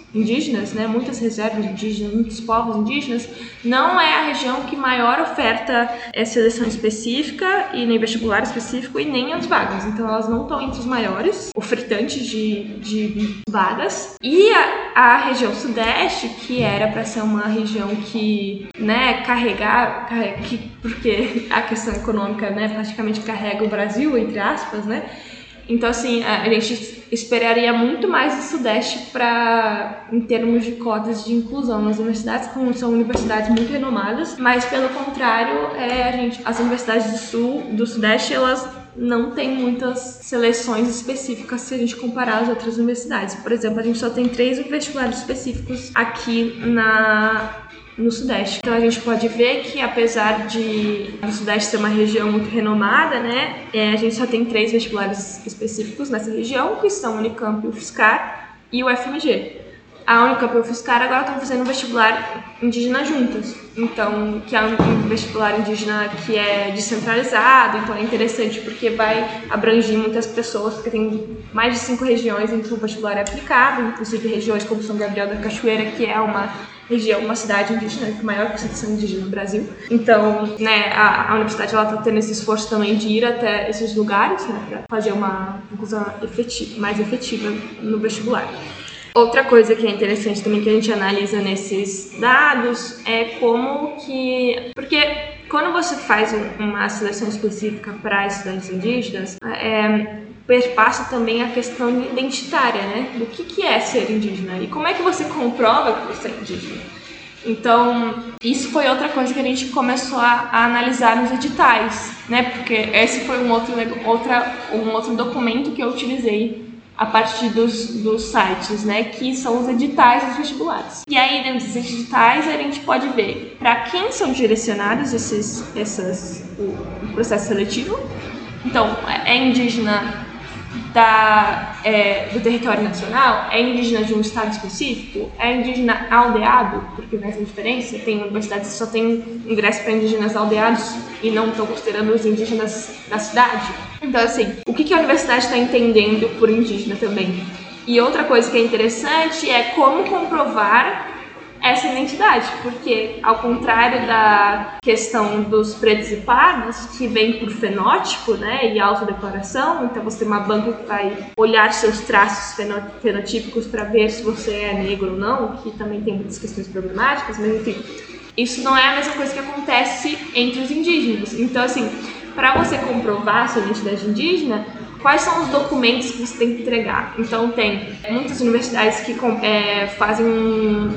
indígenas, né, muitas reservas indígenas, muitos povos indígenas, não é a região que maior oferta é, seleção específica e nem vestibular específico e nem as vagas. Então elas não estão entre os maiores ofertantes de, de vagas. E a, a região sudeste, que era para ser uma região que, né, carregar, que, porque a questão econômica, né, praticamente carrega o Brasil, entre aspas, né? Então, assim, a gente esperaria muito mais do Sudeste para, em termos de cotas de inclusão nas universidades, como são universidades muito renomadas, mas, pelo contrário, é, a gente, as universidades do Sul, do Sudeste, elas não têm muitas seleções específicas se a gente comparar as outras universidades. Por exemplo, a gente só tem três vestibulares específicos aqui na... no Sudeste. Então a gente pode ver que, apesar de o Sudeste ser uma região muito renomada, né, é, a gente só tem três vestibulares específicos nessa região, que são o Unicamp, o UFSCar e o F M G. A Unicamp e o UFSCar agora estão fazendo um vestibular indígena juntas, então, que é um vestibular indígena que é descentralizado, então é interessante porque vai abranger muitas pessoas, porque tem mais de cinco regiões em que o vestibular é aplicado, inclusive regiões como São Gabriel da Cachoeira, que é uma região, uma cidade indígena, com a maior concentração indígena no Brasil. Então, né, a, a universidade está tendo esse esforço também de ir até esses lugares, né, para fazer uma inclusão efetiva, mais efetiva no vestibular. Outra coisa que é interessante também que a gente analisa nesses dados é como que... Porque quando você faz uma seleção específica para estudantes indígenas, é, perpassa também a questão identitária, né? Do que, que é ser indígena e como é que você comprova que você é indígena. Então, isso foi outra coisa que a gente começou a, a analisar nos editais, né? Porque esse foi um outro, outra, um outro documento que eu utilizei a partir dos, dos sites, né, que são os editais dos vestibulares. E aí, dentro desses editais, a gente pode ver para quem são direcionados esses, essas, o, o processo seletivo. Então, é indígena da, é, do território nacional, é indígena de um estado específico, é indígena aldeado, porque nessa diferença tem universidades que só tem ingresso para indígenas aldeados e não estão considerando os indígenas da cidade. Então, assim, o que a universidade está entendendo por indígena também? E outra coisa que é interessante é como comprovar essa identidade, porque ao contrário da questão dos pretos e pardos, que vem por fenótipo, né, e autodeclaração, então você tem uma banca que vai olhar seus traços fenotípicos para ver se você é negro ou não, que também tem muitas questões problemáticas, mas enfim, isso não é a mesma coisa que acontece entre os indígenas. Então, assim, para você comprovar a sua identidade indígena, quais são os documentos que você tem que entregar? Então, tem muitas universidades que é, fazem um,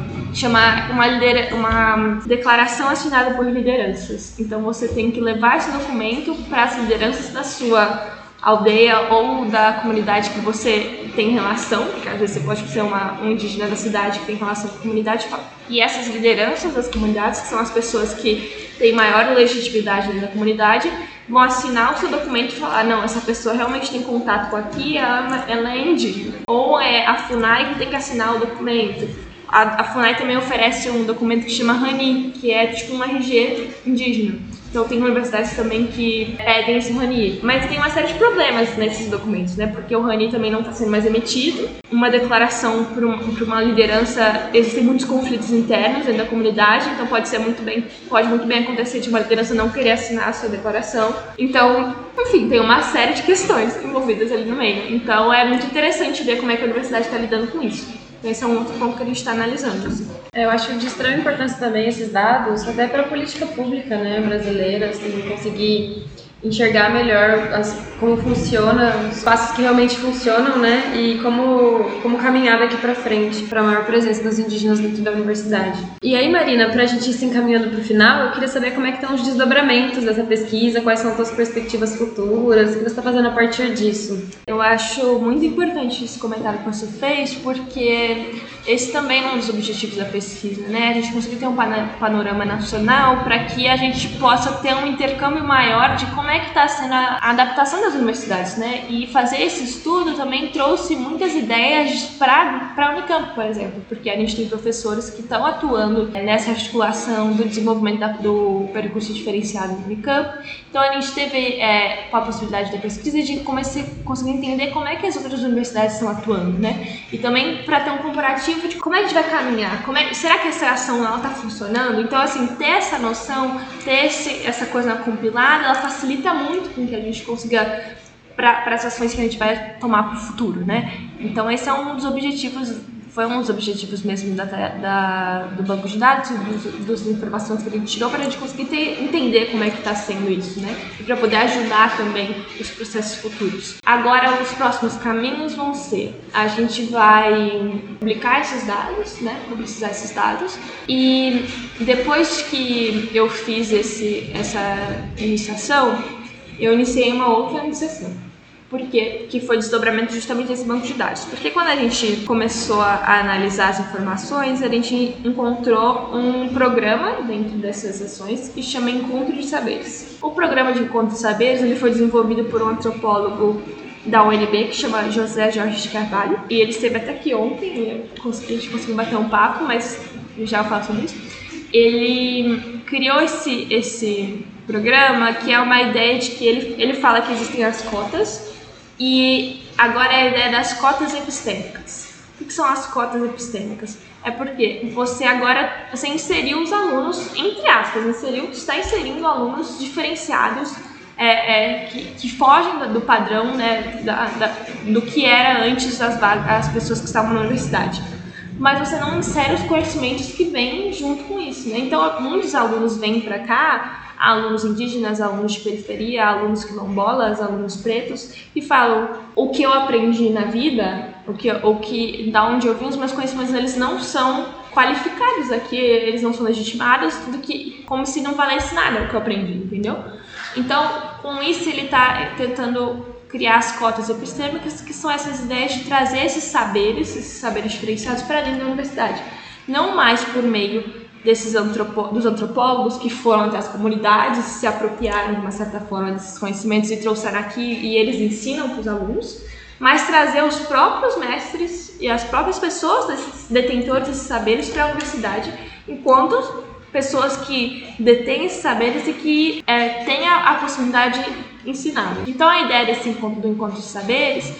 chama uma, lidera, uma declaração assinada por lideranças. Então, você tem que levar esse documento para as lideranças da sua aldeia ou da comunidade que você tem relação, porque às vezes você pode ser uma, um indígena da cidade que tem relação com a comunidade. E essas lideranças das comunidades, que são as pessoas que têm maior legitimidade dentro da comunidade, vão assinar o seu documento e falar, não, essa pessoa realmente tem contato com aqui, ela, ela é indígena. Ou é a FUNAI que tem que assinar o documento. A, a FUNAI também oferece um documento que chama RANI, que é tipo um R G indígena. Então tem universidades também que pedem esse RANI. Mas tem uma série de problemas nesses documentos, né? Porque o RANI também não está sendo mais emitido. Uma declaração para uma, uma liderança, existem muitos conflitos internos dentro da comunidade, então pode ser muito bem, pode muito bem acontecer de uma liderança não querer assinar a sua declaração. Então, enfim, tem uma série de questões envolvidas ali no meio. Então é muito interessante ver como é que a universidade está lidando com isso. Esse é um outro ponto que a gente está analisando. Assim. Eu acho de extrema importância também esses dados, até para a política pública, né, brasileira, assim, conseguir enxergar melhor as, como funciona, os passos que realmente funcionam, né, e como, como caminhar daqui para frente para a maior presença dos indígenas dentro da universidade. E aí, Marina, para a gente ir se encaminhando para o final, eu queria saber como é que estão os desdobramentos dessa pesquisa, quais são as suas perspectivas futuras, o que você está fazendo a partir disso. Eu acho muito importante esse comentário que você fez, porque esse também é um dos objetivos da pesquisa, né, a gente conseguir ter um panorama nacional para que a gente possa ter um intercâmbio maior de como como é que está sendo a adaptação das universidades, né? E fazer esse estudo também trouxe muitas ideias para a Unicamp, por exemplo, porque a gente tem professores que estão atuando nessa articulação do desenvolvimento da, do percurso diferenciado no Unicamp. Então a gente teve é, a possibilidade da pesquisa de comecei, conseguir entender como é que as outras universidades estão atuando, né? E também para ter um comparativo de como é que a gente vai caminhar, como é, será que essa ação está funcionando? Então, assim, ter essa noção, ter esse, essa coisa compilada, ela facilita muito com que a gente consiga, para as ações que a gente vai tomar para o futuro, né? Então, esse é um dos objetivos, foi um dos objetivos mesmo da, da, do banco de dados, dos, das informações que a gente tirou, para a gente conseguir ter, entender como é que está sendo isso, né? E para poder ajudar também os processos futuros. Agora, os próximos caminhos vão ser, a gente vai publicar esses dados, né? Publicizar esses dados, e depois que eu fiz esse, essa iniciação, eu iniciei uma outra iniciação. Por quê? Que foi desdobramento justamente desse banco de dados. Porque quando a gente começou a analisar as informações, a gente encontrou um programa dentro dessas ações que chama Encontro de Saberes. O programa de Encontro de Saberes ele foi desenvolvido por um antropólogo da U N B que chama José Jorge de Carvalho. E ele esteve até aqui ontem, a gente conseguiu bater um papo, mas já eu falo sobre isso. Ele criou esse, esse programa que é uma ideia de que ele, ele fala que existem as cotas. E agora é a ideia das cotas epistêmicas. O que são as cotas epistêmicas? É porque você agora você inseriu os alunos, entre aspas, inseriu, está inserindo alunos diferenciados é, é, que, que fogem do, do padrão, né, da, da, do que era antes as, as pessoas que estavam na universidade. Mas você não insere os conhecimentos que vêm junto com isso, né? Então, muitos alunos vêm para cá, alunos indígenas, alunos de periferia, alunos quilombolas, alunos pretos, e falam o que eu aprendi na vida, o que, o que, da onde eu vim, os meus conhecimentos, eles não são qualificados aqui, eles não são legitimados, tudo que, como se não valesse nada o que eu aprendi, entendeu? Então, com isso, ele está tentando criar as cotas epistêmicas, que são essas ideias de trazer esses saberes, esses saberes diferenciados para dentro da universidade. Não mais por meio desses antropo, dos antropólogos que foram até as comunidades, se apropriaram de uma certa forma desses conhecimentos e trouxeram aqui e eles ensinam para os alunos, mas trazer os próprios mestres e as próprias pessoas, desses detentores desses saberes para a universidade, enquanto pessoas que detêm esses saberes e que é, têm a, a possibilidade de ensinar. Então a ideia desse encontro, do encontro de saberes,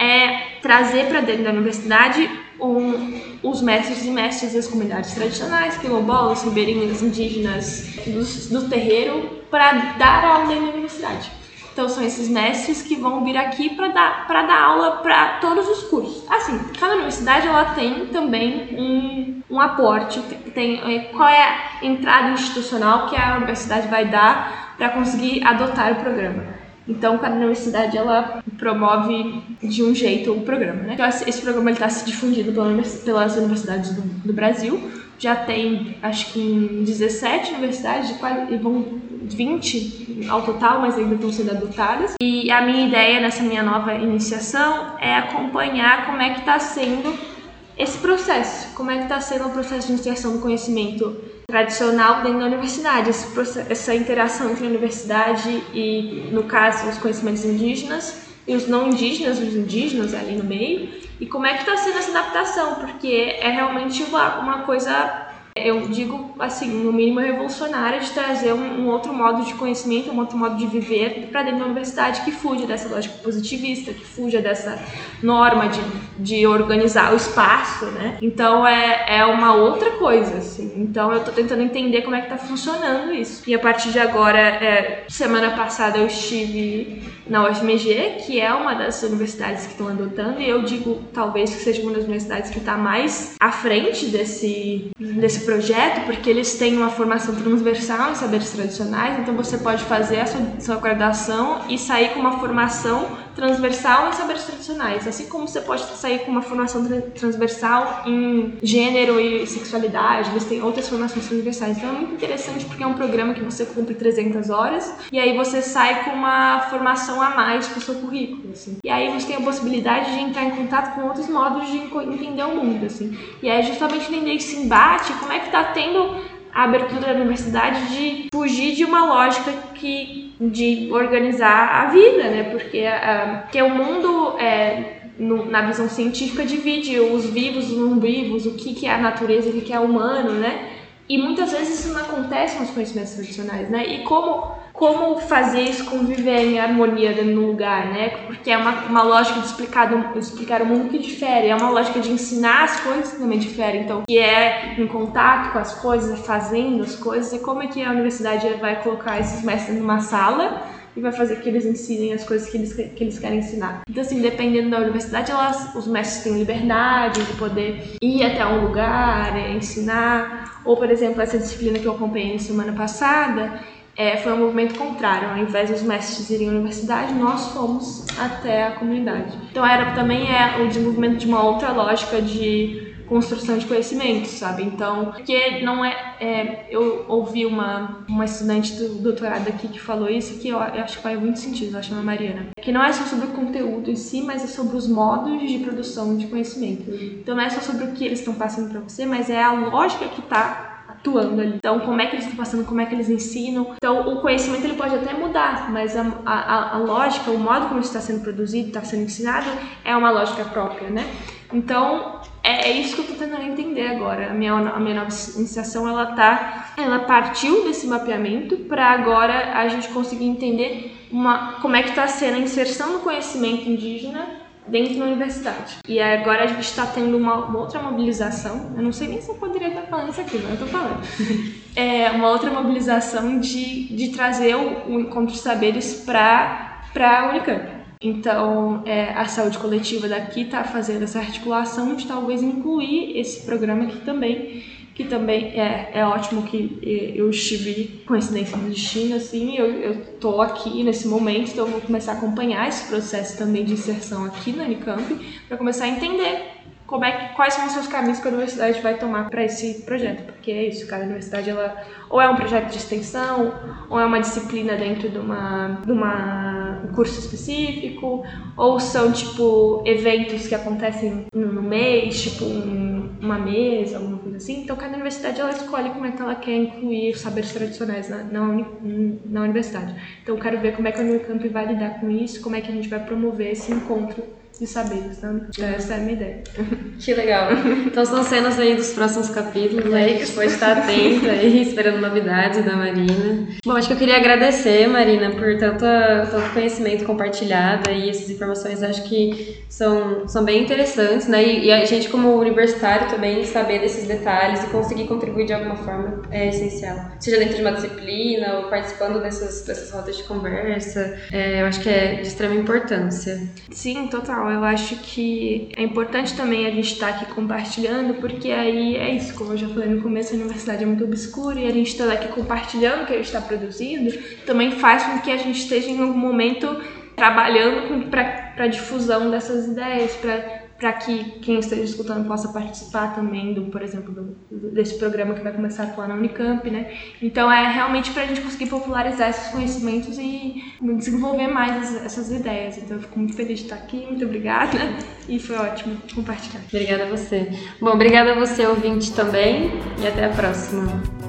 é trazer para dentro da universidade um, os mestres e mestres das comunidades tradicionais, quilombolas, ribeirinhas, indígenas, do, do terreiro, para dar aula dentro da universidade. Então são esses mestres que vão vir aqui para dar, para dar aula para todos os cursos. Assim, cada universidade ela tem também um, um aporte, tem, qual é a entrada institucional que a universidade vai dar para conseguir adotar o programa. Então, cada universidade, ela promove de um jeito o programa, né? Então, esse programa está se difundindo pelas universidades do, do Brasil. Já tem, acho que em dezessete universidades, quase, vão vinte ao total, mas ainda estão sendo adotadas. E a minha ideia nessa minha nova iniciação é acompanhar como é que está sendo esse processo, como é que está sendo o processo de iniciação do conhecimento tradicional dentro da universidade, esse processo, essa interação entre a universidade e, no caso, os conhecimentos indígenas e os não indígenas, os indígenas ali no meio, e como é que está sendo essa adaptação, porque é realmente uma, uma coisa, eu digo assim, no mínimo revolucionária, de trazer um, um outro modo de conhecimento, um outro modo de viver para dentro da universidade que fuja dessa lógica positivista, que fuja dessa norma de, de organizar o espaço, né? Então é, é uma outra coisa, assim. Então eu estou tentando entender como é que está funcionando isso. E a partir de agora, é, semana passada eu estive na U F M G, que é uma das universidades que estão adotando, e eu digo talvez que seja uma das universidades que está mais à frente desse, desse projeto, porque eles têm uma formação transversal em saberes tradicionais, então você pode fazer a sua, sua graduação e sair com uma formação transversal em saberes tradicionais, assim como você pode sair com uma formação tra- transversal em gênero e sexualidade, eles têm outras formações transversais. Então é muito interessante porque é um programa que você cumpre trezentas horas e aí você sai com uma formação a mais para o seu currículo, assim. E aí você tem a possibilidade de entrar em contato com outros modos de entender o mundo, assim. E aí justamente entender esse embate, como é que está tendo a abertura da universidade de fugir de uma lógica que, de organizar a vida, né? Porque, a, porque o mundo, é, no, na visão científica, divide os vivos, os não vivos, o que, que é a natureza e o que, que é humano, né? E muitas vezes isso não acontece nos conhecimentos tradicionais, né? E como, como fazer isso conviver em harmonia dentro do lugar, né? Porque é uma, uma lógica de explicar, de explicar o mundo que difere, é uma lógica de ensinar as coisas que também difere, então, que é em contato com as coisas, fazendo as coisas, e como é que a universidade vai colocar esses mestres numa sala e vai fazer que eles ensinem as coisas que eles, que eles querem ensinar. Então, assim, dependendo da universidade, elas, os mestres têm liberdade de poder ir até um lugar, é, ensinar. Ou, por exemplo, essa disciplina que eu acompanhei semana passada, é, foi um movimento contrário. Ao invés dos mestres irem à universidade, nós fomos até a comunidade. Então, era também é o desenvolvimento de uma outra lógica de construção de conhecimento, sabe? Então, porque não é, é eu ouvi uma, uma estudante do doutorado aqui que falou isso, que eu, eu acho que faz muito sentido, ela chama Mariana, que não é só sobre o conteúdo em si, mas é sobre os modos de produção de conhecimento. Então, não é só sobre o que eles estão passando para você, mas é a lógica que está atuando ali. Então, como é que eles estão passando, como é que eles ensinam. Então, o conhecimento ele pode até mudar, mas a, a, a lógica, o modo como está sendo produzido, está sendo ensinado, é uma lógica própria, né? Então, é, é isso que eu estou tentando entender agora. A minha, a minha nova iniciação, ela, tá, ela partiu desse mapeamento para agora a gente conseguir entender uma, como é que está sendo a inserção do conhecimento indígena dentro da universidade. E agora a gente está tendo uma, uma outra mobilização, eu não sei nem se eu poderia estar falando isso aqui, mas eu estou falando. É uma outra mobilização de, de trazer o, o encontro de saberes para a Unicamp. Então, é, a saúde coletiva daqui está fazendo essa articulação de talvez incluir esse programa aqui também, que também é, é ótimo que eu estive, coincidência do destino, assim, eu estou aqui nesse momento, então eu vou começar a acompanhar esse processo também de inserção aqui na Unicamp, para começar a entender como é que, quais são os seus caminhos que a universidade vai tomar para esse projeto, porque é isso, cada universidade ela ou é um projeto de extensão, ou é uma disciplina dentro de uma, de uma um curso específico, ou são tipo eventos que acontecem no, no mês, tipo um, uma mesa, alguma coisa assim. Então cada universidade ela escolhe como é que ela quer incluir os saberes tradicionais na, na, uni, na universidade. Então eu quero ver como é que a Unicamp vai lidar com isso, como é que a gente vai promover esse encontro de saberes, então essa é a minha ideia. Que legal. Então são cenas aí dos próximos capítulos aí, que você pode estar atento aí, esperando novidades da Marina. Bom, acho que eu queria agradecer, Marina, por tanto, tanto conhecimento compartilhado aí, essas informações acho que são, são bem interessantes, né? E, e a gente como universitário também saber desses detalhes e conseguir contribuir de alguma forma é essencial. Seja dentro de uma disciplina ou participando dessas, dessas rodas de conversa, é, eu acho que é de extrema importância. Sim, total. Eu acho que é importante também a gente estar aqui compartilhando, porque aí é isso, como eu já falei no começo, a universidade é muito obscura e a gente estar aqui compartilhando o que a gente está produzindo também faz com que a gente esteja em algum momento trabalhando para a difusão dessas ideias, para que quem esteja escutando possa participar também, do, por exemplo, do, desse programa que vai começar a atuar na Unicamp, né? Então é realmente para a gente conseguir popularizar esses conhecimentos e desenvolver mais essas ideias. Então eu fico muito feliz de estar aqui, muito obrigada e foi ótimo compartilhar. Obrigada a você. Bom, obrigada a você, ouvinte, também, e até a próxima.